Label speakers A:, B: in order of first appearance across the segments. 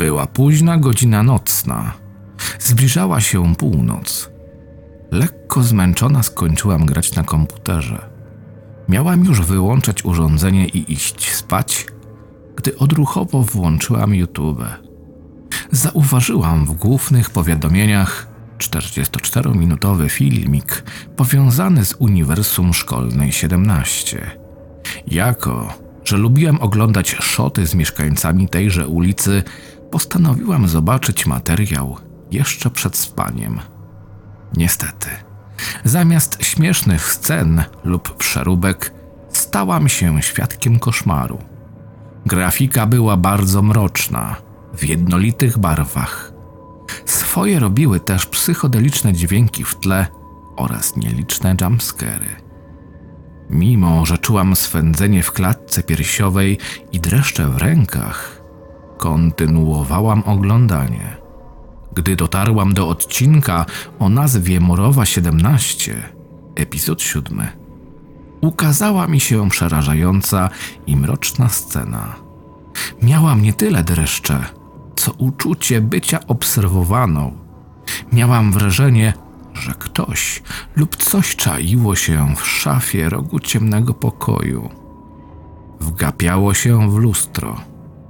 A: Była późna godzina nocna. Zbliżała się północ. Lekko zmęczona skończyłam grać na komputerze. Miałam już wyłączać urządzenie i iść spać, gdy odruchowo włączyłam YouTube. Zauważyłam w głównych powiadomieniach 44-minutowy filmik powiązany z Uniwersum Szkolnej 17. Jako, że lubiłam oglądać szoty z mieszkańcami tejże ulicy, postanowiłam zobaczyć materiał jeszcze przed spaniem. Niestety, zamiast śmiesznych scen lub przeróbek, stałam się świadkiem koszmaru. Grafika była bardzo mroczna, w jednolitych barwach. Swoje robiły też psychodeliczne dźwięki w tle oraz nieliczne jumpscary. Mimo że czułam swędzenie w klatce piersiowej i dreszcze w rękach, kontynuowałam oglądanie. Gdy dotarłam do odcinka o nazwie Morowa 17, epizod 7, ukazała mi się przerażająca i mroczna scena. Miałam nie tyle dreszcze, co uczucie bycia obserwowaną. Miałam wrażenie, że ktoś lub coś czaiło się w szafie rogu ciemnego pokoju. Wgapiało się w lustro.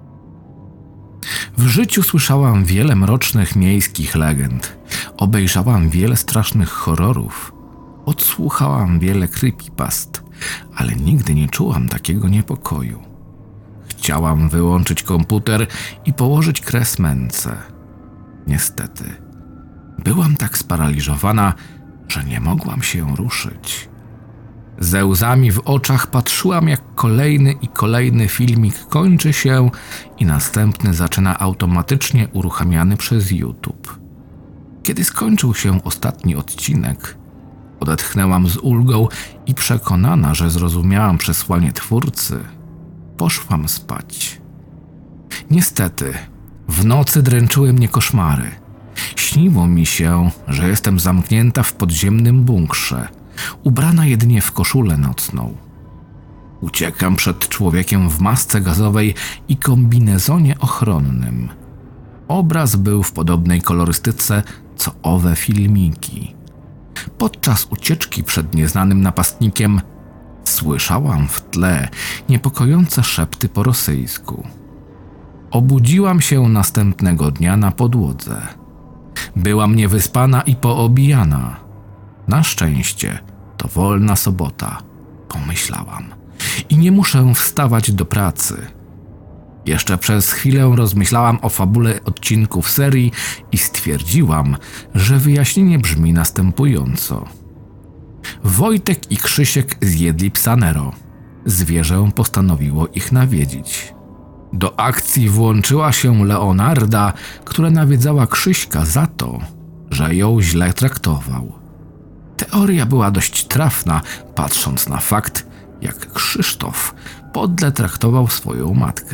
A: W życiu słyszałam wiele mrocznych miejskich legend, obejrzałam wiele strasznych horrorów, odsłuchałam wiele creepypast, ale nigdy nie czułam takiego niepokoju. Chciałam wyłączyć komputer i położyć kres męce. Niestety, byłam tak sparaliżowana, że nie mogłam się ruszyć. Ze łzami w oczach patrzyłam, jak kolejny i kolejny filmik kończy się i następny zaczyna automatycznie uruchamiany przez YouTube. Kiedy skończył się ostatni odcinek, odetchnęłam z ulgą i przekonana, że zrozumiałam przesłanie twórcy, poszłam spać. Niestety, w nocy dręczyły mnie koszmary. Śniło mi się, że jestem zamknięta w podziemnym bunkrze, ubrana jedynie w koszulę nocną. Uciekam przed człowiekiem w masce gazowej i kombinezonie ochronnym. Obraz był w podobnej kolorystyce co owe filmiki. Podczas ucieczki przed nieznanym napastnikiem słyszałam w tle niepokojące szepty po rosyjsku. Obudziłam się następnego dnia na podłodze. Byłam niewyspana i poobijana. Na szczęście to wolna sobota, pomyślałam, i nie muszę wstawać do pracy. Jeszcze przez chwilę rozmyślałam o fabule odcinków serii i stwierdziłam, że wyjaśnienie brzmi następująco. Wojtek i Krzysiek zjedli psa Nero. Zwierzę postanowiło ich nawiedzić. Do akcji włączyła się Leonarda, która nawiedzała Krzyśka za to, że ją źle traktował. Teoria była dość trafna, patrząc na fakt, jak Krzysztof podle traktował swoją matkę.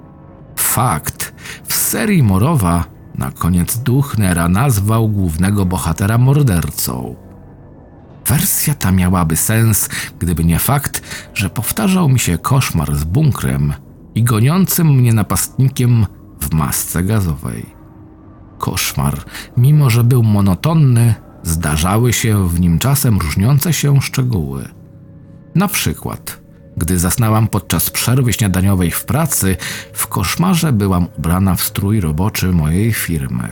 A: Fakt, w serii Morowa na koniec duch Nera nazwał głównego bohatera mordercą. Wersja ta miałaby sens, gdyby nie fakt, że powtarzał mi się koszmar z bunkrem i goniącym mnie napastnikiem w masce gazowej. Koszmar, mimo że był monotonny, zdarzały się w nim czasem różniące się szczegóły. Na przykład, gdy zasnęłam podczas przerwy śniadaniowej w pracy, w koszmarze byłam ubrana w strój roboczy mojej firmy.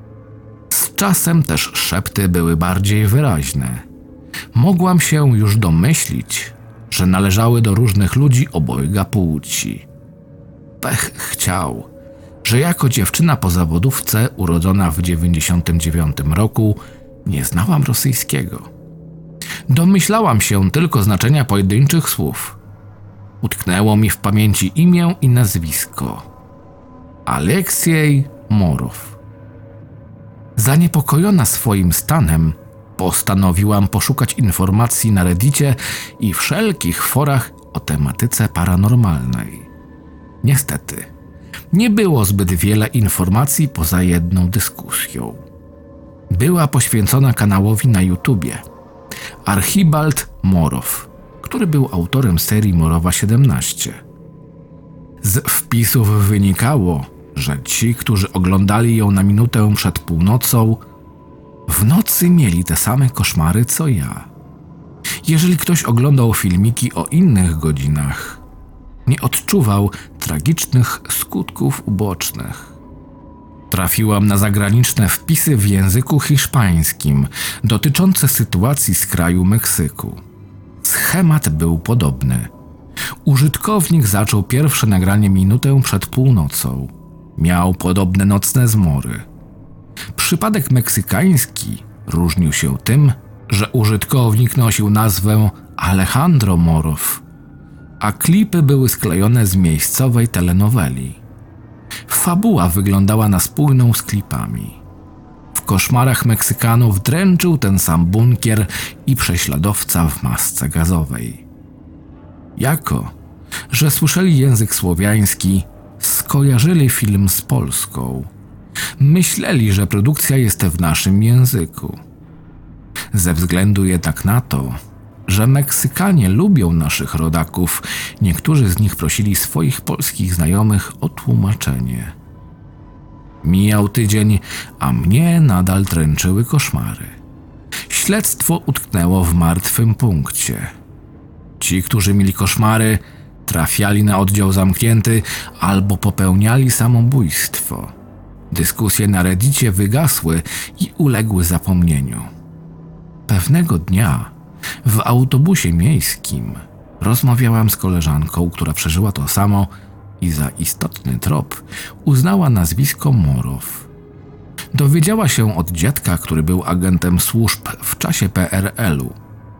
A: Z czasem też szepty były bardziej wyraźne. Mogłam się już domyślić, że należały do różnych ludzi obojga płci. Pech chciał, że jako dziewczyna po zawodówce urodzona w 99 roku nie znałam rosyjskiego. Domyślałam się tylko znaczenia pojedynczych słów. Utknęło mi w pamięci imię i nazwisko. Aleksiej Morow. Zaniepokojona swoim stanem, postanowiłam poszukać informacji na Reddicie i wszelkich forach o tematyce paranormalnej. Niestety, nie było zbyt wiele informacji poza jedną dyskusją. Była poświęcona kanałowi na YouTubie. Archibald Morow, który był autorem serii Morowa 17. Z wpisów wynikało, że ci, którzy oglądali ją na minutę przed północą, w nocy mieli te same koszmary co ja. Jeżeli ktoś oglądał filmiki o innych godzinach, nie odczuwał tragicznych skutków ubocznych. Trafiłam na zagraniczne wpisy w języku hiszpańskim dotyczące sytuacji z kraju Meksyku. Schemat był podobny. Użytkownik zaczął pierwsze nagranie minutę przed północą. Miał podobne nocne zmory. Przypadek meksykański różnił się tym, że użytkownik nosił nazwę Alejandro Morow, a klipy były sklejone z miejscowej telenoweli. Fabuła wyglądała na spójną z klipami. W koszmarach Meksykanów dręczył ten sam bunkier i prześladowca w masce gazowej. Jako, że słyszeli język słowiański, skojarzyli film z Polską. Myśleli, że produkcja jest w naszym języku. Ze względu jednak na to, że Meksykanie lubią naszych rodaków, niektórzy z nich prosili swoich polskich znajomych o tłumaczenie. Mijał tydzień, a mnie nadal dręczyły koszmary. Śledztwo utknęło w martwym punkcie. Ci, którzy mieli koszmary, trafiali na oddział zamknięty albo popełniali samobójstwo. Dyskusje na Reddicie wygasły i uległy zapomnieniu. Pewnego dnia w autobusie miejskim rozmawiałam z koleżanką, która przeżyła to samo i za istotny trop uznała nazwisko Morow. Dowiedziała się od dziadka, który był agentem służb w czasie PRL-u.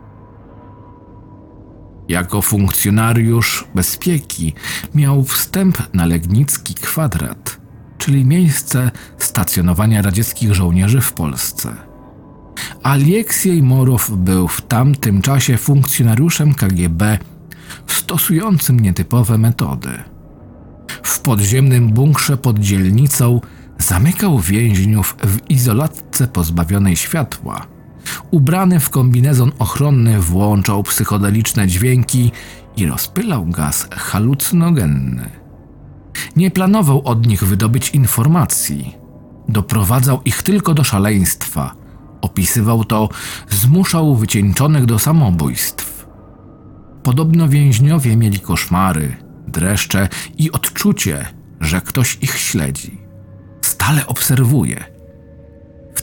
A: Jako funkcjonariusz bezpieki miał wstęp na Legnicki Kwadrat, czyli miejsce stacjonowania radzieckich żołnierzy w Polsce. Aleksiej Morow był w tamtym czasie funkcjonariuszem KGB stosującym nietypowe metody. W podziemnym bunkrze pod dzielnicą zamykał więźniów w izolatce pozbawionej światła. Ubrany w kombinezon ochronny włączał psychodeliczne dźwięki i rozpylał gaz halucynogenny. Nie planował od nich wydobyć informacji. Doprowadzał ich tylko do szaleństwa. Opisywał to, zmuszał wycieńczonych do samobójstw. Podobno więźniowie mieli koszmary, dreszcze i odczucie, że ktoś ich śledzi. Stale obserwuje. W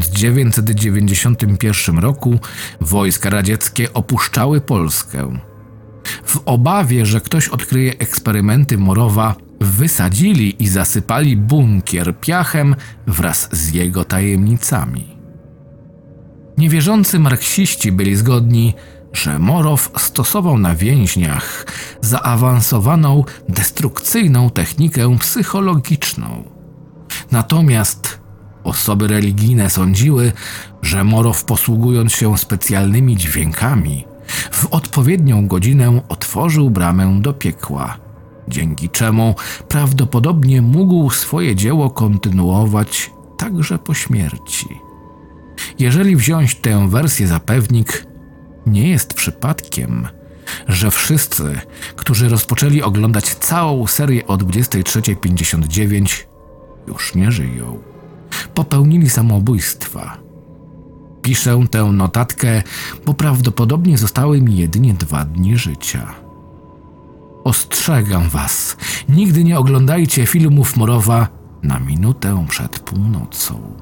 A: 1991 roku wojska radzieckie opuszczały Polskę. W obawie, że ktoś odkryje eksperymenty Morowa, wysadzili i zasypali bunkier piachem wraz z jego tajemnicami. Niewierzący marksiści byli zgodni, że Morow stosował na więźniach zaawansowaną, destrukcyjną technikę psychologiczną. Natomiast osoby religijne sądziły, że Morow, posługując się specjalnymi dźwiękami, w odpowiednią godzinę otworzył bramę do piekła, dzięki czemu prawdopodobnie mógł swoje dzieło kontynuować także po śmierci. Jeżeli wziąć tę wersję za pewnik, nie jest przypadkiem, że wszyscy, którzy rozpoczęli oglądać całą serię o 23:59, już nie żyją. Popełnili samobójstwa. Piszę tę notatkę, bo prawdopodobnie zostały mi jedynie 2 dni życia. Ostrzegam was, nigdy nie oglądajcie filmów Morowa na minutę przed północą.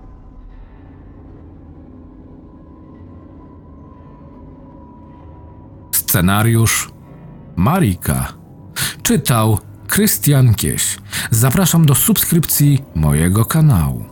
A: Scenariusz Marika. Czytał Krystian Kieś. Zapraszam do subskrypcji mojego kanału.